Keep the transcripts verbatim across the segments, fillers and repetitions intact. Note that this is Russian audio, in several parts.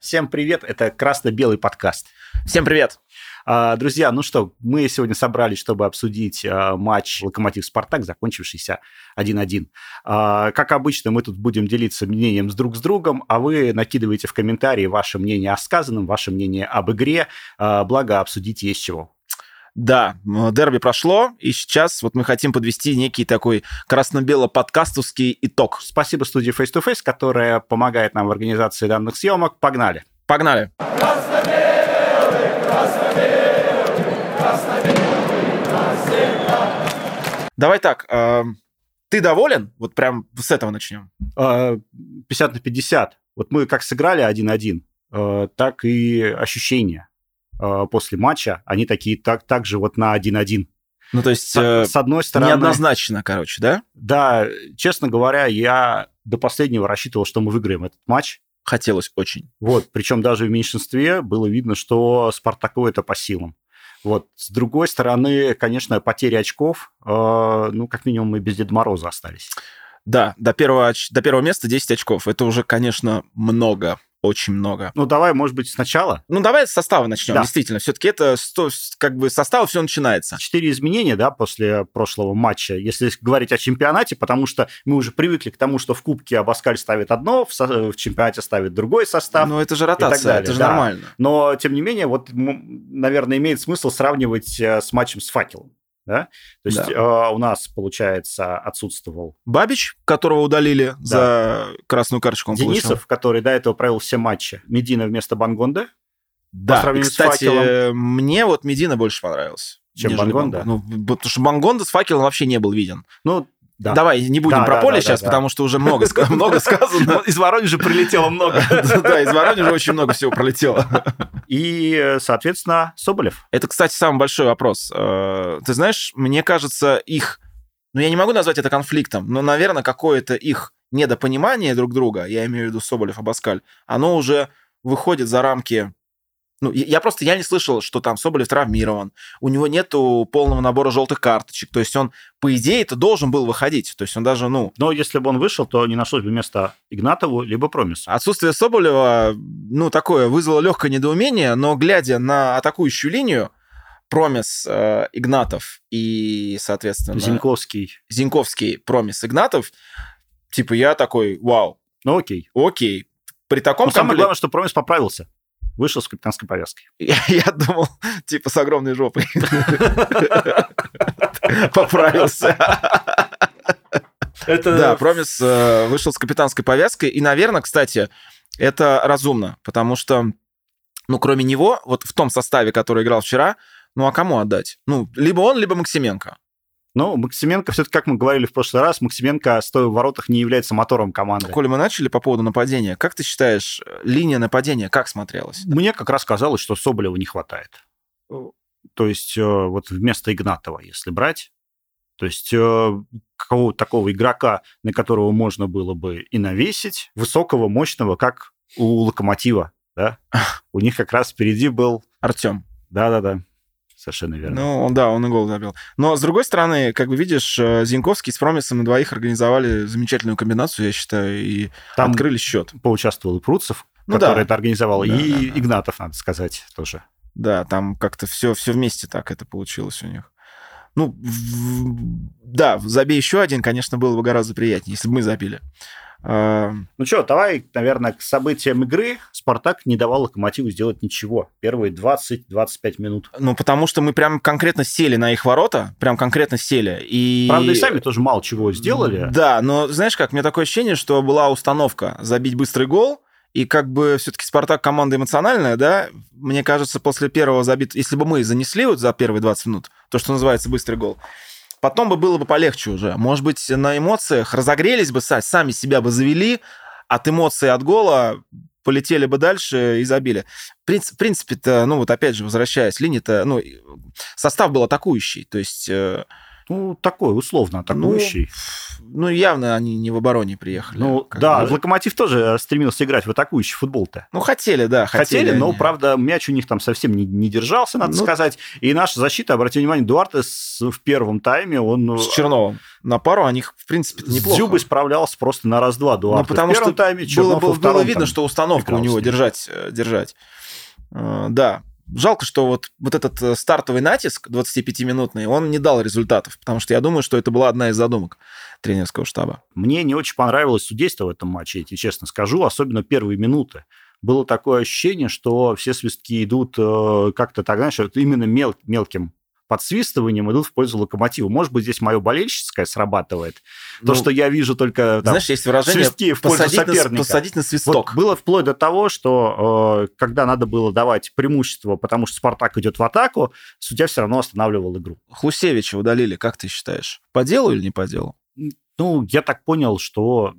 Всем привет, это красно-белый подкаст. Всем привет. Друзья, ну что, мы сегодня собрались, чтобы обсудить матч «Локомотив-Спартак», закончившийся один один. Как обычно, мы тут будем делиться мнением с друг с другом, а вы накидываете в комментарии ваше мнение о сказанном, ваше мнение об игре, благо обсудить есть чего. Да, дерби прошло, и сейчас вот мы хотим подвести некий такой красно-бело-подкастовский итог. Спасибо студии Face to Face, которая помогает нам в организации данных съемок. Погнали! Погнали! Красно-белый, красно-белый, красно-белый навсегда. Давай так, э, ты доволен? Вот прям с этого начнем. пятьдесят на пятьдесят. Вот мы как сыграли один один, э, так и ощущения после матча, они такие так, так же вот на один один. Ну, то есть, с, с одной стороны... неоднозначно, короче, да? Да, честно говоря, я до последнего рассчитывал, что мы выиграем этот матч. Хотелось очень. Вот, причем даже в меньшинстве было видно, что Спартаку это по силам. Вот, с другой стороны, конечно, потери очков, э, ну, как минимум, мы без Деда Мороза остались. Да, до первого, до первого места десять очков. Это уже, конечно, много. Очень много. Ну, давай, может быть, сначала. Ну, давай с состава начнем. Да. Действительно, все-таки это как бы с состава все начинается. Четыре изменения, да, после прошлого матча, если говорить о чемпионате, потому что мы уже привыкли к тому, что в Кубке Абаскаль ставит одно, в, со... в чемпионате ставит другой состав. Ну, это же ротация, это же да. нормально. Но, тем не менее, вот, наверное, имеет смысл сравнивать с матчем с «Факелом». Да? То есть да. э, у нас, получается, отсутствовал... Бабич, которого удалили да. за красную карточку. Он Денисов, получил. Который до этого провел все матчи. Медина вместо Бангонда. Да, и, кстати, мне вот Медина больше понравился. Чем Бангонда? Ну, потому что Бангонда с «Факелом» вообще не был виден. Ну, да. Давай не будем да, про да, поле да, сейчас, да, потому да. что уже много сказано. Из Воронежа прилетело много. Да, из Воронежа очень много всего пролетело. И, соответственно, Соболев. Это, кстати, самый большой вопрос. Ты знаешь, мне кажется, их... Ну, я не могу назвать это конфликтом, но, наверное, какое-то их недопонимание друг друга, я имею в виду Соболев, Абаскаль, оно уже выходит за рамки... Ну, я просто я не слышал, что там Соболев травмирован, у него нету полного набора желтых карточек, то есть он, по идее, это должен был выходить, то есть он даже, ну... Но если бы он вышел, то не нашлось бы места Игнатову, либо Промису. Отсутствие Соболева, ну, такое, вызвало легкое недоумение, но, глядя на атакующую линию, Промис, э, Игнатов и, соответственно... Зиньковский. Зиньковский, Промис, Игнатов, типа, я такой, вау. Ну, окей. Окей. При таком... Но самое главное, что Промис поправился. Вышел с капитанской повязкой. Я, я думал, типа, с огромной жопой. Поправился. Да, Промис вышел с капитанской повязкой. И, наверное, кстати, это разумно, потому что, ну, кроме него, вот в том составе, который играл вчера, ну, а кому отдать? Ну, либо он, либо Максименко. Ну, Максименко, все-таки, как мы говорили в прошлый раз, Максименко, стоя в воротах, не является мотором команды. Коли мы начали по поводу нападения, как ты считаешь, линия нападения как смотрелась? Мне как раз казалось, что Соболева не хватает. То есть вот вместо Игнатова, если брать, то есть какого-то такого игрока, на которого можно было бы и навесить, высокого, мощного, как у «Локомотива», да? У них как раз впереди был... Артем. Да-да-да. Совершенно верно. Ну, да, он и гол забил. Но, с другой стороны, как бы видишь, Зиньковский с Промисом на двоих организовали замечательную комбинацию, я считаю, и там открыли счет. Поучаствовал и Пруцев, ну, который да. это организовал, да, и да, да. Игнатов, надо сказать, тоже. Да, там как-то все, все вместе так это получилось у них. Ну, в... да, забей еще один, конечно, было бы гораздо приятнее, если бы мы забили. Ну что, давай, наверное, к событиям игры. «Спартак» не давал «Локомотиву» сделать ничего. Первые двадцать-двадцать пять минут. Ну, потому что мы прям конкретно сели на их ворота, прям конкретно сели. И... Правда, и сами тоже мало чего сделали. Да, но знаешь как, у меня такое ощущение, что была установка забить быстрый гол, и как бы все-таки «Спартак» команда эмоциональная, да, мне кажется, после первого забитого, если бы мы занесли вот за первые двадцать минут, то, что называется быстрый гол, потом бы было бы полегче уже. Может быть, на эмоциях разогрелись бы, сами себя бы завели, от эмоций, от гола полетели бы дальше и забили. В принципе-то, ну вот опять же, возвращаясь, линия-то, ну, состав был атакующий, то есть... Ну, такой, условно атакующий. Ну, ну, явно они не в обороне приехали. Ну, да, бы. «Локомотив» тоже стремился играть в атакующий футбол-то. Ну, хотели, да, хотели. Хотели, но, они. правда, мяч у них там совсем не, не держался, надо ну, сказать. И наша защита, обрати внимание, Дуартес в первом тайме, он... С Черновым. на пару, они, в принципе, неплохо. Дзюбой справлялся просто на раз-два Дуарте. Ну, потому в первом что тайме было, было, втором, было видно, там, что установка у него держать. держать. Uh, да. Жалко, что вот, вот этот стартовый натиск двадцатипятиминутный, он не дал результатов, потому что я думаю, что это была одна из задумок тренерского штаба. Мне не очень понравилось судейство в этом матче, я тебе честно скажу, особенно первые минуты. Было такое ощущение, что все свистки идут э, как-то так, знаешь, вот именно мел, мелким подсвистыванием идут в пользу Локомотива. Может быть, здесь мое болельщическое срабатывает. Ну, то, что я вижу только там, знаешь, есть выражение свистки в пользу соперника. На, посадить на свисток. Вот было вплоть до того, что э, когда надо было давать преимущество, потому что «Спартак» идет в атаку, судья все равно останавливал игру. Хлусевича удалили, как ты считаешь? По делу или не по делу? Ну, я так понял, что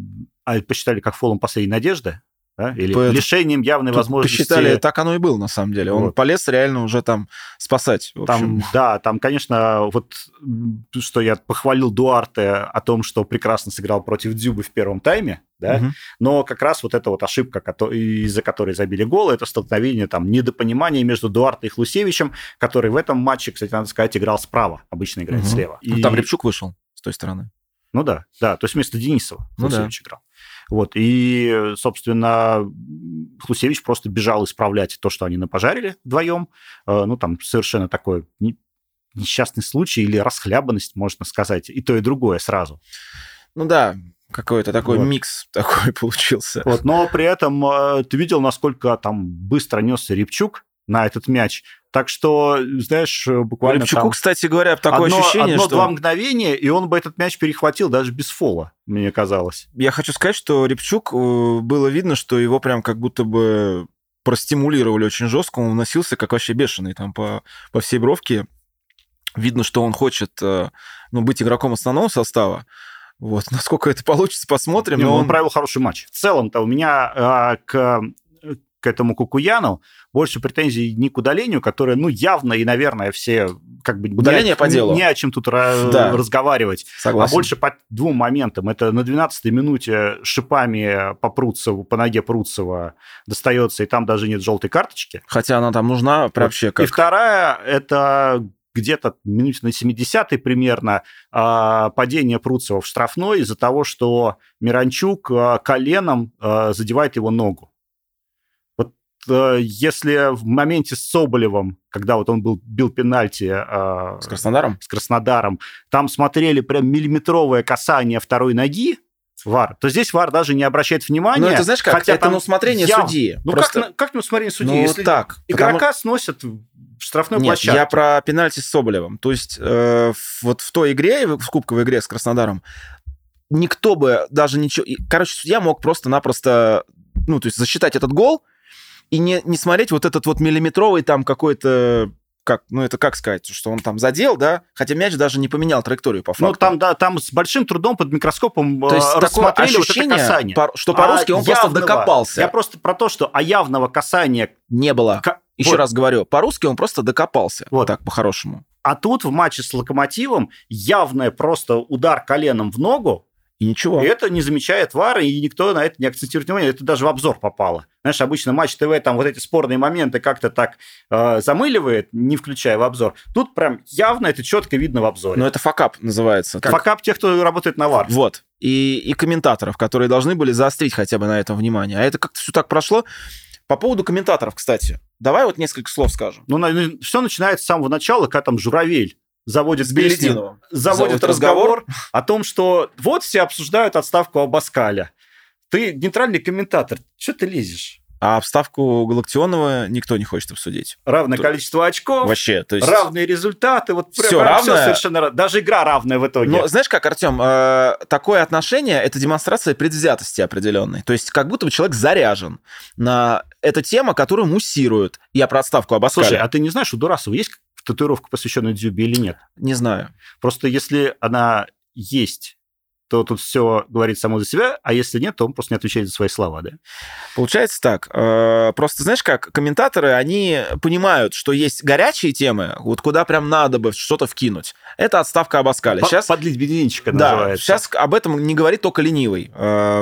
а, посчитали как фолом последней надежды. Да? Или По лишением явной Тут возможности... Посчитали, так оно и было, на самом деле. Он вот. полез реально уже там спасать. В там, да, там, конечно, вот что я похвалил Дуарте о том, что прекрасно сыграл против Дзюбы в первом тайме, да, угу. но как раз вот эта вот ошибка, из-за которой забили гол, это столкновение, там, недопонимание между Дуарте и Хлусевичем, который в этом матче, кстати, надо сказать, играл справа, обычно играет угу. слева. И... Ну, там Рябчук вышел с той стороны. Ну да, да, то есть вместо Денисова Хлусевич ну, да. играл. Вот, и, собственно, Хлусевич просто бежал исправлять то, что они напожарили вдвоем. Ну, там совершенно такой несчастный случай или расхлябанность, можно сказать, и то, и другое сразу. Ну да, какой-то такой вот. микс такой получился. Вот, но при этом ты видел, насколько там быстро несся Рябчук на этот мяч. Так что, знаешь, буквально Рябчуку, там... кстати говоря, такое одно, ощущение, одно, что... Одно-два мгновения, и он бы этот мяч перехватил даже без фола, мне казалось. Я хочу сказать, что Рябчук, было видно, что его прям как будто бы простимулировали очень жестко, он уносился как вообще бешеный там по, по всей бровке. Видно, что он хочет ну, быть игроком основного состава. Вот, насколько это получится, посмотрим. Не, но он он провел хороший матч. В целом-то у меня а, к... к этому Кукуяну больше претензий не к удалению, которое, ну, явно и, наверное, все как бы... Удаление не, по делу. Не о чем тут да. разговаривать. Согласен. А больше по двум моментам. Это на двенадцатой минуте шипами по Пруцеву, по ноге Пруцева достается, и там даже нет желтой карточки. Хотя она там нужна вот. вообще как... И вторая, это... где-то минуте на семидесятой примерно падение Пруцева в штрафной из-за того, что Миранчук коленом задевает его ногу. Если в моменте с Соболевым, когда вот он был, бил пенальти с Краснодаром? с Краснодаром, там смотрели прям миллиметровое касание второй ноги, ВАР, то здесь ВАР даже не обращает внимания. Ну, это знаешь как, хотя это там на усмотрение яв... судьи. Ну, Просто... как, как на усмотрение судьи? Ну, если так. игрока Потому... сносят в штрафной Нет, площадке. я про пенальти с Соболевым. То есть э, вот в той игре, в кубковой игре с Краснодаром, никто бы даже ничего... Короче, судья мог просто-напросто ну, то есть засчитать этот гол, и не, не смотреть вот этот вот миллиметровый там какой-то, как, ну это как сказать, что он там задел, да, хотя мяч даже не поменял траекторию по факту. Ну там, да, там с большим трудом под микроскопом то есть рассмотрели такое вот это касание. По, что по-русски а он явного, просто докопался. Я просто про то, что а явного касания... Не было. К... Еще вот. раз говорю, по-русски он просто докопался. Вот так, по-хорошему. А тут в матче с Локомотивом явный просто удар коленом в ногу, и ничего. И это не замечает ВАР, и никто на это не акцентирует внимание. Это даже в обзор попало. Знаешь, обычно Матч ТВ там вот эти спорные моменты как-то так э, замыливает, не включая в обзор. Тут прям явно это четко видно в обзоре. Но это факап называется. Как... Факап тех, кто работает на ВАР. Вот. И, и комментаторов, которые должны были заострить хотя бы на этом внимание. А это как-то все так прошло. По поводу комментаторов, кстати. Давай вот несколько слов скажем. Ну, все начинается с самого начала, когда там Журавель заводит с песню, заводит, заводит разговор, разговор о том, что вот все обсуждают отставку Абаскаля. Ты нейтральный комментатор, что ты лезешь? А отставку Галактионова никто не хочет обсудить. Равное то... количество очков, вообще, то есть... равные результаты. Вот все прям, равное. Все совершенно... Даже игра равная в итоге. Но знаешь как, Артем, э, такое отношение – это демонстрация предвзятости определенной. То есть как будто бы человек заряжен на эту тему, которую муссируют. Я про отставку Абаскаля. Слушай, а ты не знаешь, у Дурасова есть татуировка, посвященная Дзюбе, или нет? Не знаю. Просто если она есть, то тут все говорит само за себя, а если нет, то он просто не отвечает за свои слова, да? Получается так. Просто, знаешь как, комментаторы, они понимают, что есть горячие темы, вот куда прям надо бы что-то вкинуть. Это отставка Абаскаля. Сейчас... Подлить бензинчика да, называется. Сейчас об этом не говорит только ленивый.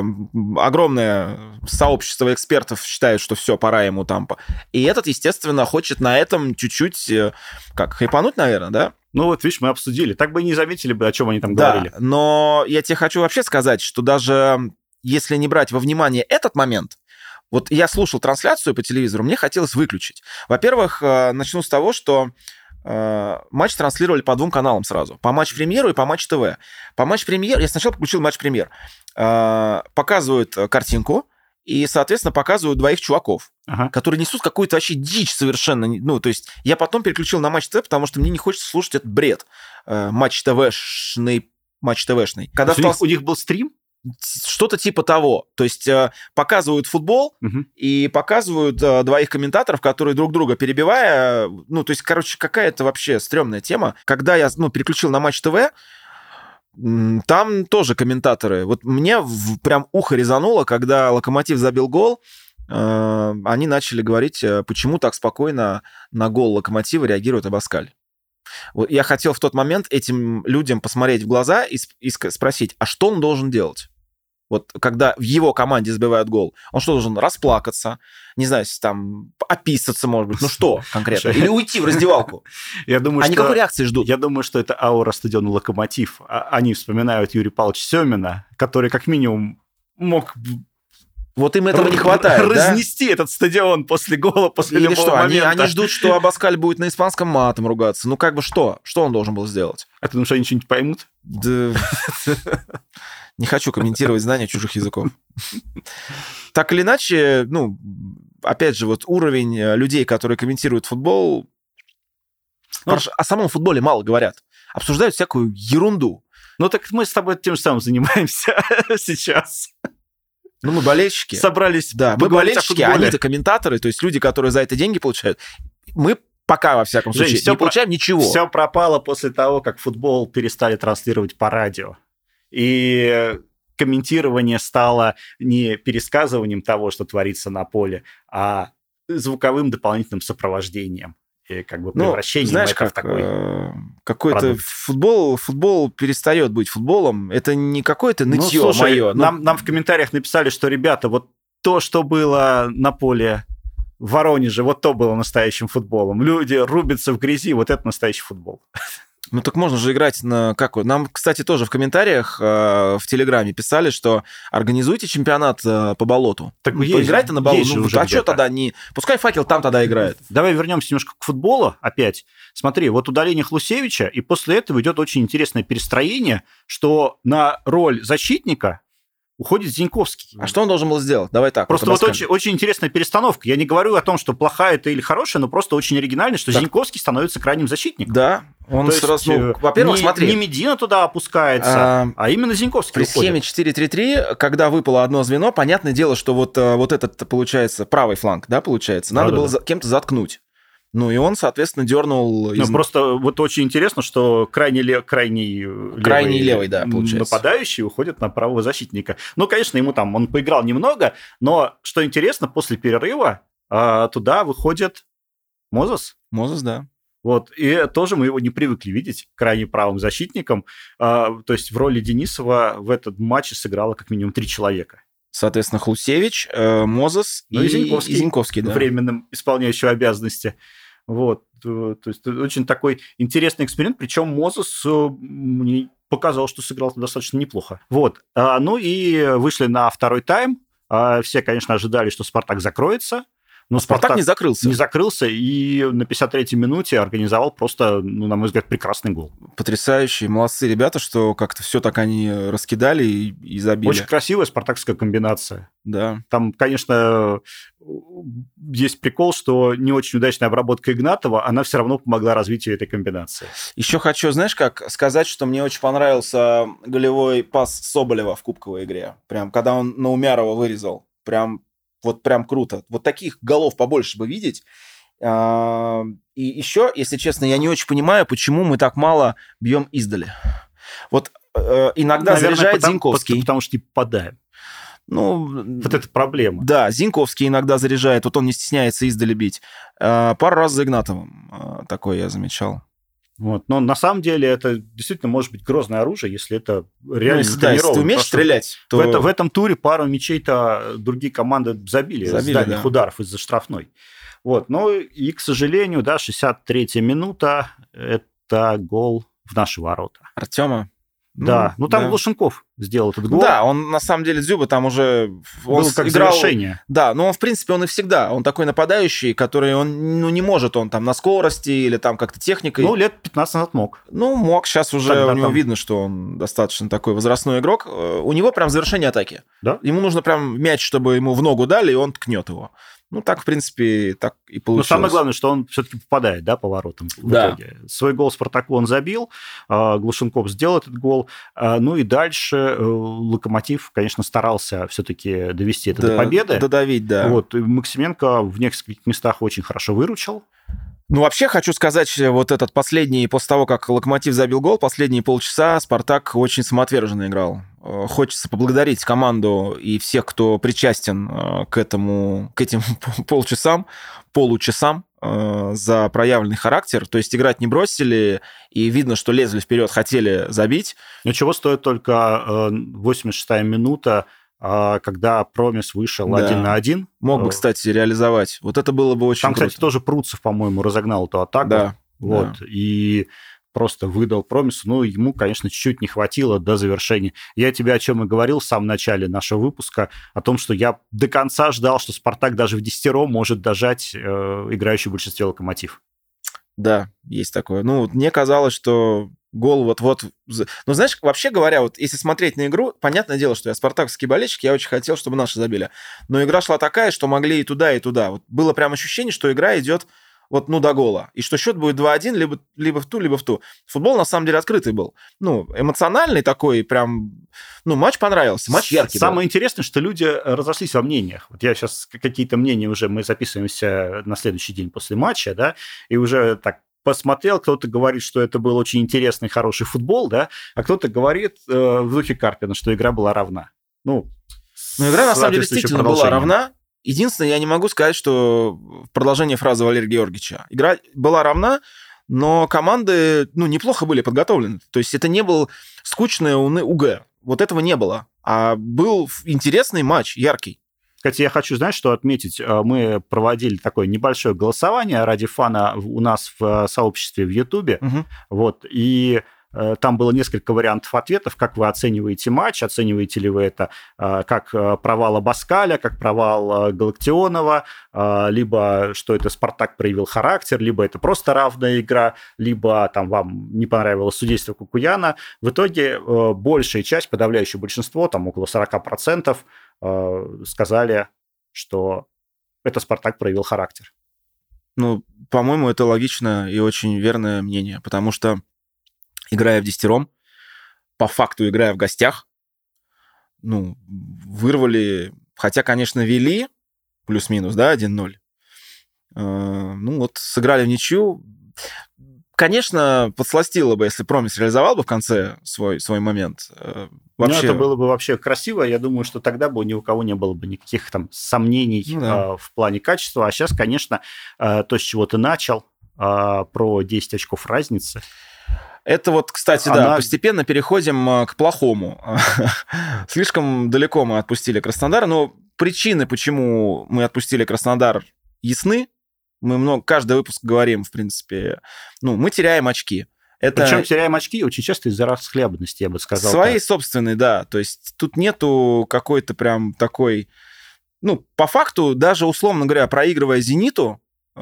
Огромное сообщество экспертов считает, что все, пора ему там. И этот, естественно, хочет на этом чуть-чуть, как, хайпануть, наверное, да? Ну вот, видишь, мы обсудили. Так бы и не заметили бы, о чем они там Да, говорили. но я тебе хочу вообще сказать, что даже если не брать во внимание этот момент, вот я слушал трансляцию по телевизору, мне хотелось выключить. Во-первых, начну с того, что матч транслировали по двум каналам сразу. По Матч-премьеру и по Матч-ТВ. По Матч-премьер... Я сначала включил Матч-премьер. Показывают картинку, и, соответственно, показывают двоих чуваков, ага. которые несут какую-то вообще дичь совершенно. Ну, то есть я потом переключил на Матч ТВ, потому что мне не хочется слушать этот бред. Матч ТВшный, Матч ТВшный. Когда у, них, у них был стрим? Что-то типа того. То есть э, показывают футбол угу. и показывают э, двоих комментаторов, которые друг друга перебивая... Ну, то есть, короче, какая-то вообще стрёмная тема. Когда я ну, переключил на Матч ТВ, там тоже комментаторы. Вот мне в, прям ухо резануло, когда Локомотив забил гол, э, они начали говорить, почему так спокойно на гол Локомотива реагирует Абаскаль. Вот я хотел в тот момент этим людям посмотреть в глаза и, и спросить, а что он должен делать? Вот когда в его команде забивают гол, он что, должен расплакаться, не знаю, там, описаться, может быть, ну что конкретно? Или уйти в раздевалку? Я думаю, а что, никакой реакции ждут. Я думаю, что это аура стадиона «Локомотив». Они вспоминают Юрия Павловича Семина, который как минимум мог... Вот им этого не хватает, разнести да? этот стадион после гола, после Или любого что, момента. Они, они ждут, что Абаскаль будет на испанском матом ругаться. Ну как бы что? Что он должен был сделать? А ты думаешь, они что-нибудь поймут? Да... Не хочу комментировать знания чужих языков. Так или иначе, ну, опять же, вот уровень людей, которые комментируют футбол, ну, о самом футболе мало говорят. Обсуждают всякую ерунду. Ну так мы с тобой тем же самым занимаемся сейчас. Ну, мы болельщики. Собрались. Да, мы болельщики, а они-то комментаторы, то есть люди, которые за это деньги получают. Мы пока, во всяком случае, Жень, не про... получаем ничего. Все пропало после того, как футбол перестали транслировать по радио. И комментирование стало не пересказыванием того, что творится на поле, а звуковым дополнительным сопровождением. И как бы превращением ну, знаешь, этого как, в такой э, какой-то футбол, футбол перестает быть футболом. Это не какое-то нытье ну, слушай, мое. Нам, нам в комментариях написали, что, ребята, вот то, что было на поле в Воронеже, вот то было настоящим футболом. Люди рубятся в грязи, вот это настоящий футбол. Ну так можно же играть на... Как... Нам, кстати, тоже в комментариях э, в Телеграме писали, что организуйте чемпионат э, по болоту. Так ну, есть, поиграйте на болоту. Ну, а что тогда не... Пускай Факел там тогда играет. Давай вернемся немножко к футболу опять. Смотри, вот удаление Хлусевича, и после этого идет очень интересное перестроение, что на роль защитника уходит Зиньковский. А что он должен был сделать? Давай так. Просто вот очень, очень интересная перестановка. Я не говорю о том, что плохая это или хорошая, но просто очень оригинально, что так. Зиньковский становится крайним защитником. Да. Он То сразу, есть, ну, во-первых, не, смотри. Не Медина туда опускается, а, а именно Зиньковский при уходит. схеме четыре три три, когда выпало одно звено, понятное дело, что вот, вот этот, получается, правый фланг, да, получается, надо да, было да. кем-то заткнуть. Ну, и он, соответственно, дернул... Из... Ну, просто вот очень интересно, что крайний, лев... крайний, крайний левый, левый, да, получается. Нападающий уходит на правого защитника. Ну, конечно, ему там, он поиграл немного, но, что интересно, после перерыва а, туда выходит Мозес. Мозес, да. Вот, и тоже мы его не привыкли видеть крайне правым защитником. А, то есть в роли Денисова в этот матче сыграло как минимум три человека. Соответственно, Хлусевич, э, Мозес ну, и, и Зиньковский, и Зиньковский да. временным исполняющим обязанности. Вот, то есть очень такой интересный эксперимент, причем Мозес мне показал, что сыграл достаточно неплохо. Вот, а, ну и вышли на второй тайм. А, все, конечно, ожидали, что «Спартак» закроется. Но Спартак, Спартак не закрылся. Не закрылся и на пятьдесят третьей минуте организовал просто, ну, на мой взгляд, прекрасный гол. Потрясающие, молодцы ребята, что как-то все так они раскидали и, и забили. Очень красивая спартакская комбинация. Да. Там, конечно, есть прикол, что не очень удачная обработка Игнатова, она все равно помогла развитию этой комбинации. Еще хочу, знаешь, как сказать, что мне очень понравился голевой пас Соболева в кубковой игре. Прям, когда он на Умярова вырезал. Прям Вот прям круто. Вот таких голов побольше бы видеть. И еще, если честно, я не очень понимаю, почему мы так мало бьем издали. Вот иногда Наверное, заряжает потому, Зиньковский. Потому что не попадаем. Ну, вот это проблема. Да, Зиньковский иногда заряжает. Вот он не стесняется издали бить. Пару раз за Игнатовым такое я замечал. Вот. Но на самом деле это действительно может быть грозное оружие, если это реально ну, если, да, если ты умеешь стрелять, то... В, это, в этом туре пару мячей-то другие команды забили, забили с дальних да. ударов из-за штрафной. Вот. Ну и, к сожалению, да, шестьдесят третья минута, это это гол в наши ворота. Артема? Да, ну, ну там да. Глушенков сделал этот гол. Да, он на самом деле Дзюба там уже... Он Было как играл... завершение. Да, но он, в принципе, он и всегда. Он такой нападающий, который он ну, не может, он там на скорости или там как-то техникой. Ну, лет пятнадцать назад мог. Ну, мог. Сейчас уже Тогда у него там... видно, что он достаточно такой возрастной игрок. У него прям завершение атаки. Да? Ему нужно прям мяч, чтобы ему в ногу дали, и он ткнет его. Ну, так, в принципе, так и получилось. Но самое главное, что он все-таки попадает, да, по воротам в да. итоге. Свой гол Спартаку он забил, Глушенков сделал этот гол. Ну и дальше Локомотив, конечно, старался все-таки довести это да, до победы. Додавить, да. Вот, и Максименко в нескольких местах очень хорошо выручил. Ну, вообще, хочу сказать, вот этот последний, после того, как Локомотив забил гол, последние полчаса Спартак очень самоотверженно играл. Хочется поблагодарить команду и всех, кто причастен к этому, к этим полчасам, получасам за проявленный характер. То есть играть не бросили, и видно, что лезли вперед, хотели забить. Но чего стоит только восемьдесят шестая минута, когда Промис вышел да. один на один. Мог бы, кстати, реализовать. Вот это было бы очень Там, круто. кстати, тоже Пруцев, по-моему, разогнал эту атаку. Да. Вот. Да. И просто выдал Промису. Ну, ему, конечно, чуть-чуть не хватило до завершения. Я тебе о чем и говорил в самом начале нашего выпуска, о том, что я до конца ждал, что Спартак даже в десятером может дожать э, играющий в большинстве Локомотив. Да, есть такое. Ну, мне казалось, что гол вот-вот... Ну, знаешь, вообще говоря, вот если смотреть на игру, понятное дело, что я спартаковский болельщик, я очень хотел, чтобы наши забили. Но игра шла такая, что могли и туда, и туда. Вот было прям ощущение, что игра идет вот, ну, до гола. И что счет будет два один, либо, либо в ту, либо в ту. Футбол, на самом деле, открытый был. Ну, эмоциональный такой, прям... Ну, матч понравился, матч яркий Самое был. интересное, что люди разошлись во мнениях. Вот я сейчас какие-то мнения уже... Мы записываемся на следующий день после матча, да, и уже так посмотрел, кто-то говорит, что это был очень интересный, хороший футбол, да, а кто-то говорит э, в духе Карпина, что игра была равна. Ну, Но игра, на самом деле, действительно была равна. Единственное, я не могу сказать, что продолжение фразы Валерия Георгиевича. Игра была равна, но команды, ну, неплохо были подготовлены. То есть это не был скучный УГ. Вот этого не было. А был интересный матч, яркий. Кстати, я хочу, знаешь, что отметить. Мы проводили такое небольшое голосование ради фана у нас в сообществе в Ютубе. Угу. Вот, и там было несколько вариантов ответов, как вы оцениваете матч, оцениваете ли вы это как провал Абаскаля, как провал Галактионова, либо что это Спартак проявил характер, либо это просто равная игра, либо там вам не понравилось судейство Кукуяна. В итоге большая часть, подавляющее большинство, там около сорок процентов, сказали, что это Спартак проявил характер. Ну, по-моему, это логично и очень верное мнение, потому что играя в десятером, по факту играя в гостях, ну, вырвали, хотя, конечно, вели, плюс-минус, да, один ноль. Э, ну, вот сыграли в ничью. Конечно, подсластило бы, если Промис реализовал бы в конце свой, свой момент. Э, вообще... Ну, это было бы вообще красиво. Я думаю, что тогда бы ни у кого не было бы никаких там сомнений ну, да. э, в плане качества. А сейчас, конечно, э, то, с чего ты начал, э, про десять очков разницы. Это вот, кстати, Она... да, постепенно переходим к плохому. Слишком далеко мы отпустили Краснодар, но причины, почему мы отпустили Краснодар, ясны. Мы много, каждый выпуск говорим, в принципе, ну, мы теряем очки. Это... Причем теряем очки очень часто из-за расхлябанности, я бы сказал. Своей так. собственной, да. То есть тут нету какой-то прям такой... Ну, по факту, даже, условно говоря, проигрывая «Зениту»,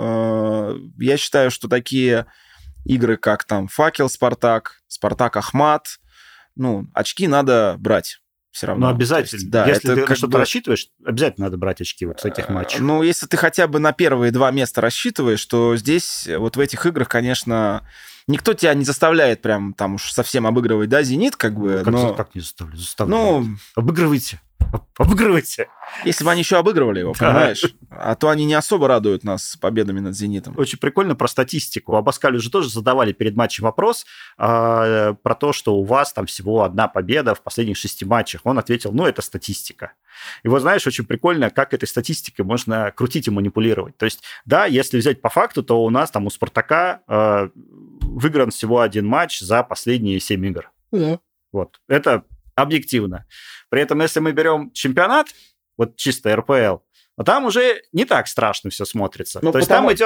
э, я считаю, что такие... игры, как там Факел Спартак, Спартак Ахмат, ну, очки надо брать все равно. Ну, обязательно. Есть, да, если это ты что-то бы... рассчитываешь, обязательно надо брать очки вот с этих матчей. Ну, если ты хотя бы на первые два места рассчитываешь, то здесь вот в этих играх, конечно, никто тебя не заставляет прям там уж совсем обыгрывать, да, «Зенит», как бы, как, но... Как не заставляют? Заставляют. Ну... Обыгрывайте. Обыгрывайте. Если бы они еще обыгрывали его, понимаешь? А то они не особо радуют нас победами над «Зенитом». Очень прикольно про статистику. Абаскалю же тоже задавали перед матчем вопрос э, про то, что у вас там всего одна победа в последних шести матчах. Он ответил, ну, это статистика. И вот, знаешь, очень прикольно, как этой статистикой можно крутить и манипулировать. То есть, да, если взять по факту, то у нас там у «Спартака» э, выигран всего один матч за последние семь игр. Да. Вот. Это объективно. При этом, если мы берем чемпионат, вот чисто эр пэ эл, то там уже не так страшно все смотрится. Ну, то потому... есть там идет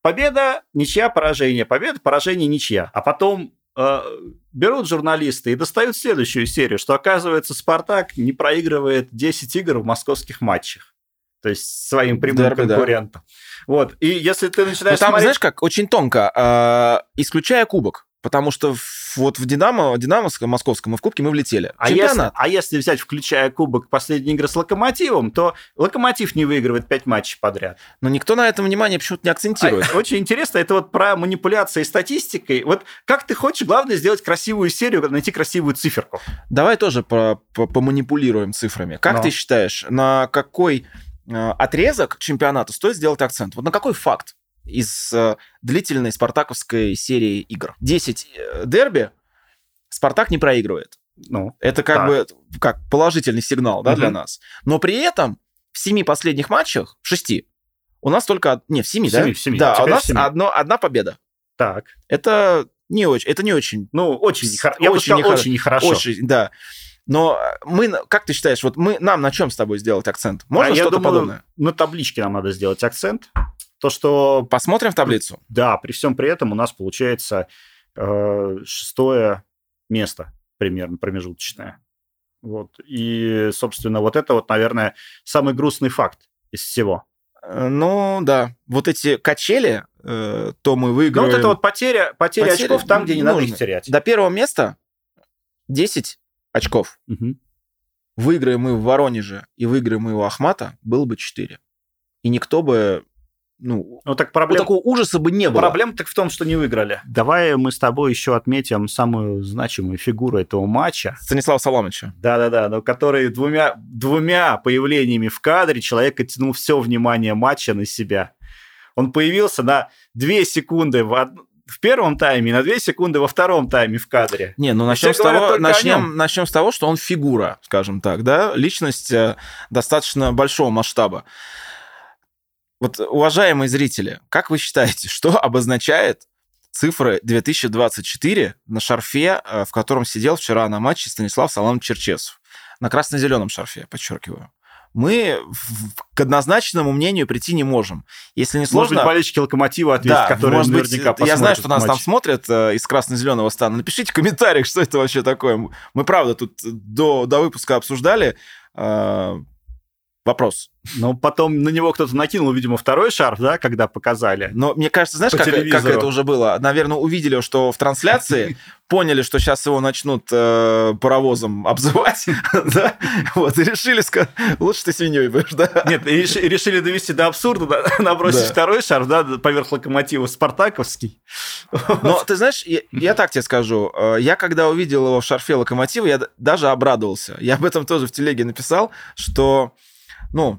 победа, ничья, поражение, победа, поражение, ничья. А потом э, берут журналисты и достают следующую серию, что, оказывается, «Спартак» не проигрывает десять игр в московских матчах. То есть своим прямым Дерби, конкурентам. Да. Вот. И если ты начинаешь там, смотреть... знаешь как, очень тонко, э, исключая кубок. Потому что в, вот в «Динамо», Динамовском, московском и в Кубке мы влетели. А если, а если взять, включая кубок, последние игры с «Локомотивом», то «Локомотив» не выигрывает пять матчей подряд. Но никто на этом внимание почему-то не акцентирует. А, очень интересно, это вот про манипуляции статистикой. Вот как ты хочешь, главное, сделать красивую серию, найти красивую циферку. Давай тоже по, по, поманипулируем цифрами. Как Но. ты считаешь, на какой э, отрезок чемпионата стоит сделать акцент? Вот на какой факт из э, длительной спартаковской серии игр? десять дерби Спартак не проигрывает. Ну, это как да. бы как положительный сигнал, да, угу. для нас. Но при этом в семи последних матчах, в шести, у нас только... Не, в семи, в да? Семи, в семи. Да, у нас в семи. Одно, одна победа. Так. Это не очень... Это не очень... Ну, очень, нехор... Я очень, сказал, очень нехорошо. Очень, да. Но мы, как ты считаешь, вот мы, нам на чем с тобой сделать акцент? Можно а что-то я думаю, подобное? На табличке нам надо сделать акцент. То, что... Посмотрим в таблицу. Да, при всем при этом у нас получается э, шестое место примерно, промежуточное. Вот. И, собственно, вот это вот, наверное, самый грустный факт из всего. Ну, да. Вот эти качели, э, то мы выиграем... Ну, вот это вот потеря, потеря, потеря очков там, где не нужно. Надо их терять. До первого места десять очков. Угу. Выиграем мы в Воронеже и выиграем мы у Ахмата, было бы четыре. И никто бы... Ну, ну так проблем... такого ужаса бы не было. Проблема так в том, что не выиграли. Давай мы с тобой еще отметим самую значимую фигуру этого матча. Станислава Соломыча. Да-да-да, но который двумя, двумя появлениями в кадре человек оттянул все внимание матча на себя. Он появился на две секунды в, од... в первом тайме и на две секунды во втором тайме в кадре. Не, ну начнем с, того, начнем, начнем с того, что он фигура, скажем так, да, личность достаточно большого масштаба. Вот, уважаемые зрители, как вы считаете, что обозначает цифры две тысячи двадцать четыре на шарфе, в котором сидел вчера на матче Станислав Саламович Черчесов? На красно-зеленом шарфе, подчеркиваю. Мы к однозначному мнению прийти не можем. Если не сложно... Может быть, болельщики «Локомотива» ответят, да, которые может наверняка быть, я знаю, что нас матч. Там смотрят э, из красно-зеленого стана. Напишите в комментариях, что это вообще такое. Мы, правда, тут до, до выпуска обсуждали... Э, Вопрос. Но потом на него кто-то накинул, видимо, второй шарф, да, когда показали. Но мне кажется, знаешь, как, как это уже было? Наверное, увидели, что в трансляции, поняли, что сейчас его начнут э, паровозом обзывать, да, вот, и решили сказать, лучше ты свиньей будешь, да. Нет, и решили довести до абсурда, да, набросить да. второй шарф, да, поверх «Локомотива» спартаковский. Но ты знаешь, я, я так тебе скажу, я когда увидел его в шарфе «Локомотива», я даже обрадовался. Я об этом тоже в телеге написал, что... Ну,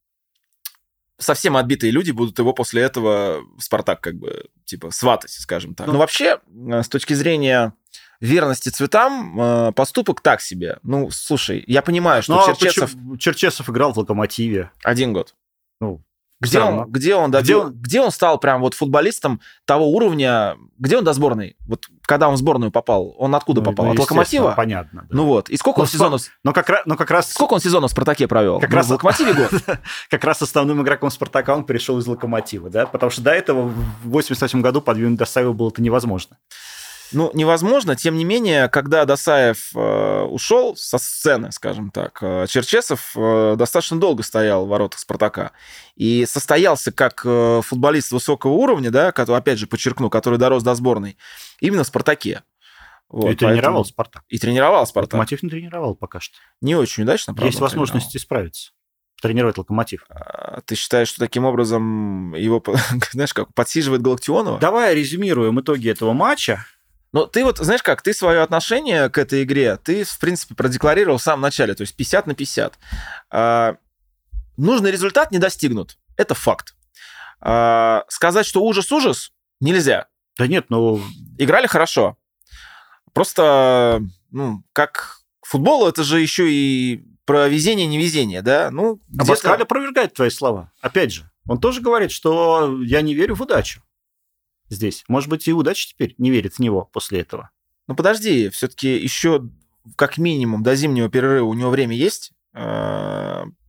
совсем отбитые люди будут его после этого в «Спартак» как бы, типа, сватать, скажем так. Ну, Но вообще, с точки зрения верности цветам, поступок так себе. Ну, слушай, я понимаю, что ну, Черчесов... А Черчесов играл в «Локомотиве». Один год. Ну, где он, где, он добил, где, он... где он стал прям вот футболистом того уровня, где он до сборной? Вот когда он в сборную попал, он откуда ну, попал? Ну, От «Локомотива»? Понятно. Да. Ну вот. И сколько но он сезонов... Но как, раз, но как раз... Сколько он сезонов в «Спартаке» провел? Как ну, раз... в «Локомотиве» год. Как раз основным игроком «Спартака» он перешел из «Локомотива», да? Потому что до этого в восемьдесят восьмом году подвинуть Досаева было это невозможно. Ну, невозможно. Тем не менее, когда Досаев э, ушел со сцены, скажем так, э, Черчесов э, достаточно долго стоял в воротах «Спартака». И состоялся как э, футболист высокого уровня, да, который, опять же, подчеркну, который дорос до сборной, именно в «Спартаке». Вот, и тренировал поэтому... «Спартак». И тренировал «Спартак». «Локомотив» не тренировал пока что. Не очень удачно, правда. Есть возможность тренировал. Исправиться. Тренировать «Локомотив». А, ты считаешь, что таким образом его, знаешь, как подсиживает Галактионова? Давай резюмируем итоги этого матча. Но ты вот, знаешь как, ты свое отношение к этой игре, ты, в принципе, продекларировал в самом начале, то есть пятьдесят на пятьдесят. А, нужный результат не достигнут. Это факт. А, сказать, что ужас-ужас, нельзя. Да нет, ну... Играли хорошо. Просто, ну, как футбол, это же еще и про везение-невезение, да? Ну, а Паскаль опровергает твои слова. Опять же, он тоже говорит, что я не верю в удачу. Здесь. Может быть, и удача теперь не верит в него после этого. Ну, подожди, все-таки еще как минимум до зимнего перерыва у него время есть.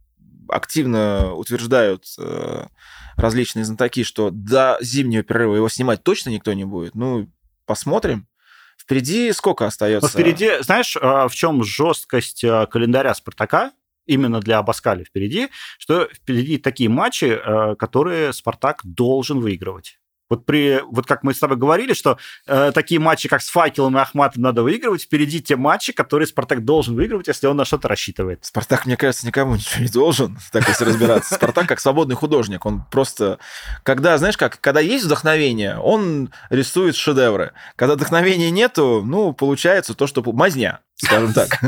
активно утверждают э, различные знатоки, что до зимнего перерыва его снимать точно никто не будет. Ну, посмотрим. Впереди сколько остается? Но впереди, знаешь, в чем жесткость календаря «Спартака»? Именно для Абаскаля впереди, что впереди такие матчи, которые «Спартак» должен выигрывать. Вот, при, вот как мы с тобой говорили, что э, такие матчи, как с «Факелом» и «Ахматом» надо выигрывать, впереди те матчи, которые «Спартак» должен выигрывать, если он на что-то рассчитывает. «Спартак», мне кажется, никому ничего не должен, так если разбираться. «Спартак» как свободный художник, он просто... Когда, знаешь как, когда есть вдохновение, он рисует шедевры. Когда вдохновения нету, ну, получается то, что... Мазня, скажем так.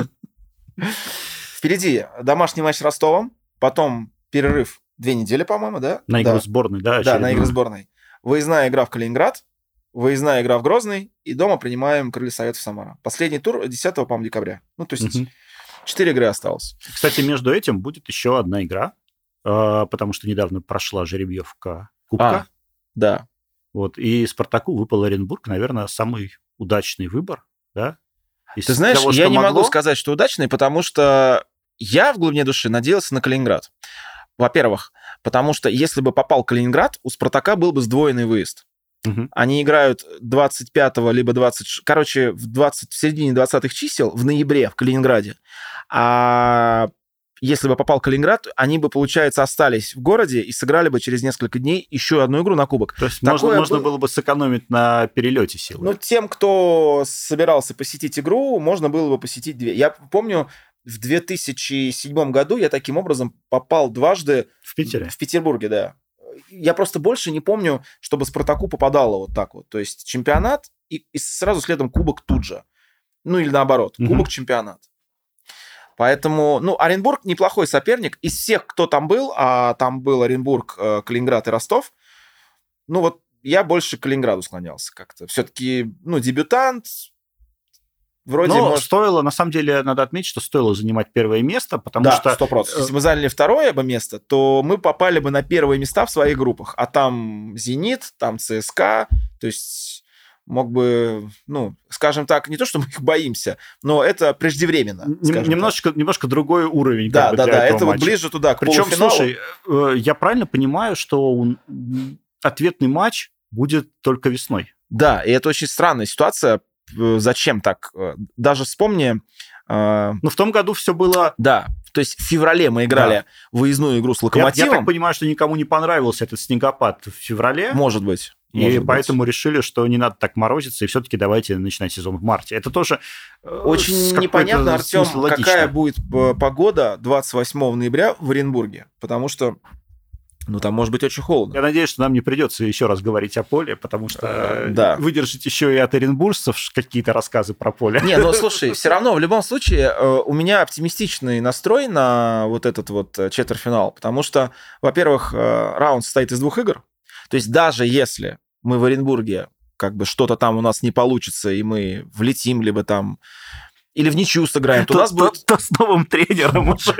Впереди домашний матч с Ростовом, потом перерыв две недели, по-моему, да? На игру сборной, да? Да, на игру сборной. Выездная игра в Калининград, выездная игра в Грозный, и дома принимаем Крылья Советов Самара. Последний тур десятого, по-моему, декабря. Ну, то есть четыре игры осталось. Кстати, между этим будет еще одна игра, потому что недавно прошла жеребьевка Кубка. А, да. Вот, и Спартаку выпал Оренбург, наверное, самый удачный выбор, да? Из Ты знаешь, того, я не могло... могу сказать, что удачный, потому что я в глубине души надеялся на Калининград. Во-первых, потому что если бы попал Калининград, у «Спартака» был бы сдвоенный выезд. Угу. Они играют двадцать пятого либо двадцать... Короче, в, двадцать... в середине двадцатых чисел, в ноябре в Калининграде. А если бы попал Калининград, они бы, получается, остались в городе и сыграли бы через несколько дней еще одну игру на кубок. То есть можно, можно было бы сэкономить на перелете силы. Ну, тем, кто собирался посетить игру, можно было бы посетить две. Я помню... В две тысячи седьмом году я таким образом попал дважды в Питере. В Петербурге, да. Я просто больше не помню, чтобы «Спартаку» попадало вот так вот. То есть чемпионат и, и сразу следом кубок тут же. Ну или наоборот, кубок-чемпионат. Поэтому, ну, Оренбург неплохой соперник. Из всех, кто там был, а там был Оренбург, Калининград и Ростов, ну вот я больше к Калининграду склонялся как-то. Все-таки, ну, дебютант... Вроде Но может... стоило, на самом деле, надо отметить, что стоило занимать первое место, потому да, что... сто процентов. Если мы заняли второе бы место, то мы попали бы на первые места в своих группах. А там «Зенит», там ЦСКА, то есть мог бы, ну, скажем так, не то, что мы их боимся, но это преждевременно. Немножечко, немножко другой уровень. Да, как да, бы, да, это матча. Вот ближе туда, к Причем, полуфиналу. слушай, я правильно понимаю, что ответный матч будет только весной? Да, и это очень странная ситуация. Зачем так? Даже вспомни... Ну, в том году все было... Да, то есть в феврале мы играли да. выездную игру с «Локомотивом». Я, я так понимаю, что никому не понравился этот снегопад в феврале. Может быть. И может поэтому быть. решили, что не надо так морозиться, и все-таки давайте начинать сезон в марте. Это тоже... Очень непонятно, Артем, какая будет погода двадцать восьмого ноября в Оренбурге, потому что ну, там может быть очень холодно. Я надеюсь, что нам не придется еще раз говорить о поле, потому что э, да. выдержать еще и от оренбуржцев какие-то рассказы про поле. Не, ну слушай, все равно в любом случае у меня оптимистичный настрой на вот этот вот четвертьфинал, потому что, во-первых, раунд состоит из двух игр, то есть даже если мы в Оренбурге как бы что-то там у нас не получится, и мы влетим, либо там... Или в ничью сыграем, то, то у нас будет... То, то с новым тренером уже.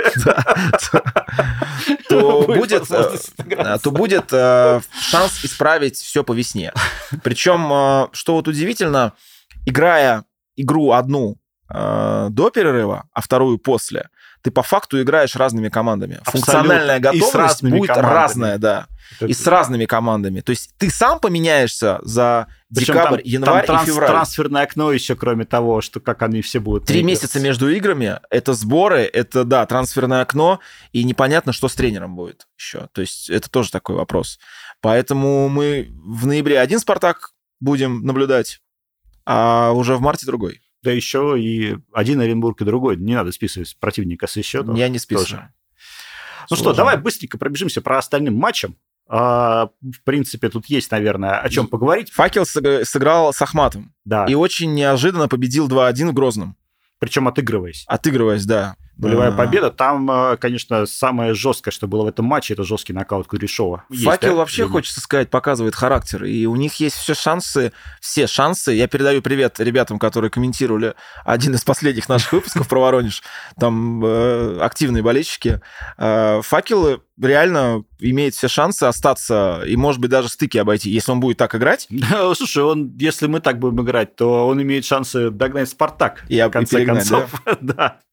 То будет шанс исправить все по весне. Причем, что вот удивительно, играя игру одну до перерыва, а вторую после, ты по факту играешь разными командами. Функциональная готовность будет разная, да. И с разными командами. То есть ты сам поменяешься за Причем декабрь, там, январь там и февраль. Трансферное окно еще, кроме того, что как они все будут... Три месяца между играми, это сборы, это, да, трансферное окно, и непонятно, что с тренером будет еще. То есть это тоже такой вопрос. Поэтому мы в ноябре один «Спартак» будем наблюдать, а уже в марте другой. Да еще и один Оренбург и другой. Не надо списывать противника со счета. Я не списываю. Ну что, давай быстренько пробежимся про остальным матчам. А, в принципе, тут есть, наверное, о чем поговорить. «Факел» сыграл с «Ахматом». Да. И очень неожиданно победил два один в Грозном. Причем отыгрываясь. Отыгрываясь, да. Болевая победа. Там, конечно, самое жесткое, что было в этом матче, это жесткий нокаут Кудряшова. «Факел» да? вообще, Или... хочется сказать, показывает характер. И у них есть все шансы, все шансы. Я передаю привет ребятам, которые комментировали один из последних наших выпусков про Воронеж. Там э, активные болельщики. Э, «Факел» реально имеет все шансы остаться и, может быть, даже стыки обойти, если он будет так играть. Да, слушай, он, если мы так будем играть, то он имеет шансы догнать «Спартак», и, в конце и перегнать, концов. Да? Да.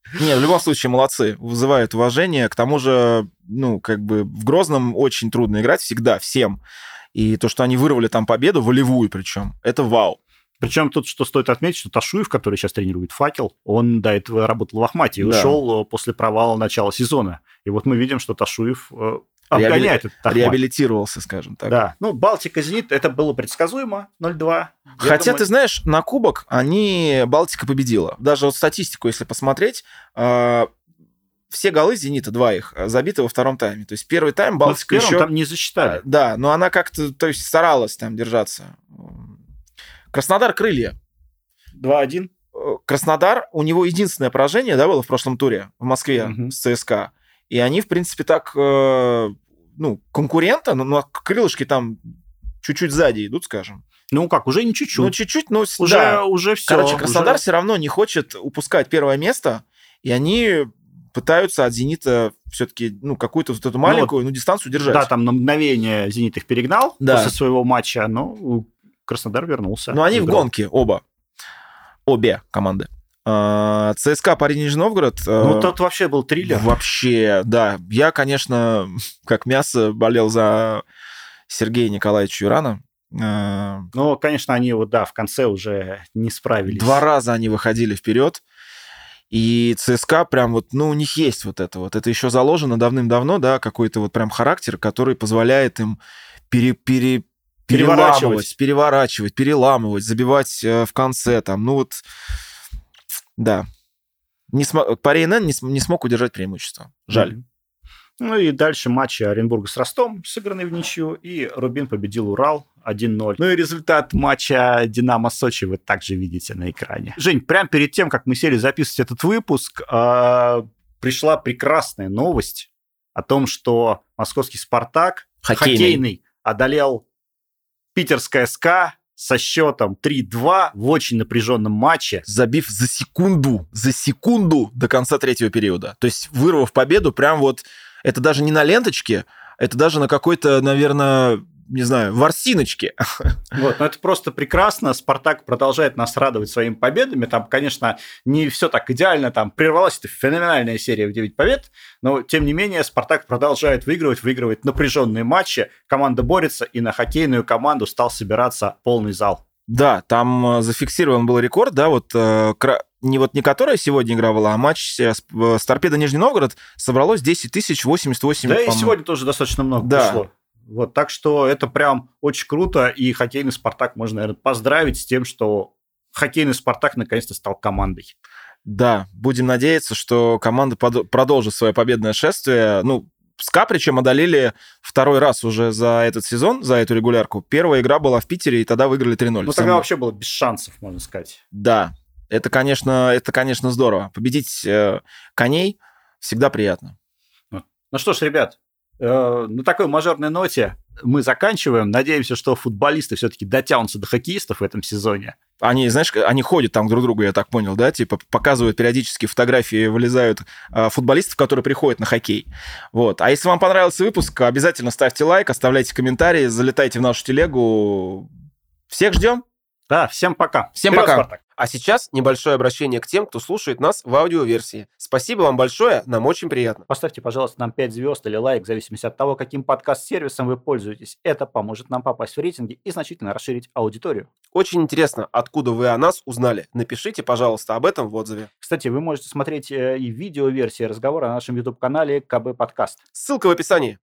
Не, в любом случае, молодцы, вызывают уважение. К тому же, ну, как бы в Грозном очень трудно играть всегда, всем. И то, что они вырвали там победу, волевую причем, это вау. Причем тут, что стоит отметить, что Ташуев, который сейчас тренирует «Факел», он до этого работал в «Ахмате» и Да. ушел после провала начала сезона. И вот мы видим, что Ташуев э, обгоняет Реабили... этот «Ахмат». Реабилитировался, скажем так. Да. Ну, Балтика, Зенит, это было предсказуемо, ноль-два. Я Хотя, думаю... ты знаешь, на кубок они Балтика победила. Даже вот статистику, если посмотреть, э, все голы Зенита, два их, забиты во втором тайме. То есть первый тайм Балтика Но в первом еще... там не засчитали. Да, но она как-то, то есть старалась там держаться. Краснодар крылья. два-один. Краснодар, у него единственное поражение, да, было в прошлом туре в Москве Мгм. с ЦСКА. И они, в принципе, так, э, ну, конкурента, но, но крылышки там чуть-чуть сзади идут, скажем. Ну как, уже не чуть-чуть. Ну, чуть-чуть, но... уже, да. уже все. Короче, Краснодар все равно не хочет упускать первое место, и они пытаются от «Зенита» все-таки, ну, какую-то вот эту маленькую, ну, дистанцию держать. Да, там на мгновение «Зенит» их перегнал Да. после своего матча, но Краснодар вернулся. Но они в Играл. гонке оба. Обе команды. А, ЦСКА, Париж, Нижний Новгород. Ну, э, тут вообще был триллер. Вообще, да. Я, конечно, как мясо болел за Сергея Николаевича Юрана. Э, Ну, конечно, они вот, да, в конце уже не справились. Два раза они выходили вперед. И ЦСКА прям вот, ну, у них есть вот это вот. Это еще заложено давным-давно, да, какой-то вот прям характер, который позволяет им пере, пере, Переворачивать. переламывать, переворачивать, переламывать, забивать э, в конце там. Ну вот, да. Не см... Пари эн эн не, см... не смог удержать преимущество. Жаль. Мгм. Ну и дальше матчи Оренбурга с Ростовом, сыгранный в ничью, и Рубин победил Урал один ноль. Ну и результат матча Динамо-Сочи вы также видите на экране. Жень, прямо перед тем, как мы сели записывать этот выпуск, э, пришла прекрасная новость о том, что московский «Спартак» Хоккейный. хоккейный одолел питерское СКА со счетом три-два в очень напряженном матче. Забив за секунду, за секунду до конца третьего периода. То есть вырвав победу, прям вот, это даже не на ленточке, это даже на какой-то, наверное, не знаю, ворсиночке. Вот, но это просто прекрасно. «Спартак» продолжает нас радовать своими победами. Там, конечно, не все так идеально. Там прервалась эта феноменальная серия в девять побед. Но, тем не менее, «Спартак» продолжает выигрывать, выигрывать напряженные матчи. Команда борется, и на хоккейную команду стал собираться полный зал. Да, там э, зафиксирован был рекорд, да, вот, э, кра... не вот не которая сегодня играла, а матч с, с «Торпедо Нижний Новгород» собралось десять тысяч восемьдесят восемь. Да, и по-моему. сегодня тоже достаточно много Да. пришло. Вот, так что это прям очень круто, и хоккейный «Спартак» можно, наверное, поздравить с тем, что хоккейный «Спартак» наконец-то стал командой. Да, будем надеяться, что команда под... продолжит свое победное шествие. Ну, СКА, причем, одолели второй раз уже за этот сезон, за эту регулярку. Первая игра была в Питере, и тогда выиграли три ноль. Ну, тогда вообще было без шансов, можно сказать. Да, это, конечно, это, конечно, здорово. Победить э, коней всегда приятно. Ну что ж, ребят, э, на такой мажорной ноте мы заканчиваем. Надеемся, что футболисты все-таки дотянутся до хоккеистов в этом сезоне. Они, знаешь, они ходят там друг к другу, я так понял, да, типа показывают периодически фотографии, вылезают э, футболистов, которые приходят на хоккей. Вот. А если вам понравился выпуск, обязательно ставьте лайк, оставляйте комментарии, залетайте в нашу телегу. Всех ждем. Да, всем пока. Всем Вперед, пока. «Спартак». А сейчас небольшое обращение к тем, кто слушает нас в аудиоверсии. Спасибо вам большое, нам очень приятно. Поставьте, пожалуйста, нам пять звезд или лайк, в зависимости от того, каким подкаст-сервисом вы пользуетесь. Это поможет нам попасть в рейтинги и значительно расширить аудиторию. Очень интересно, откуда вы о нас узнали. Напишите, пожалуйста, об этом в отзыве. Кстати, вы можете смотреть э, и видеоверсии разговора на нашем YouTube-канале КБ Подкаст. Ссылка в описании.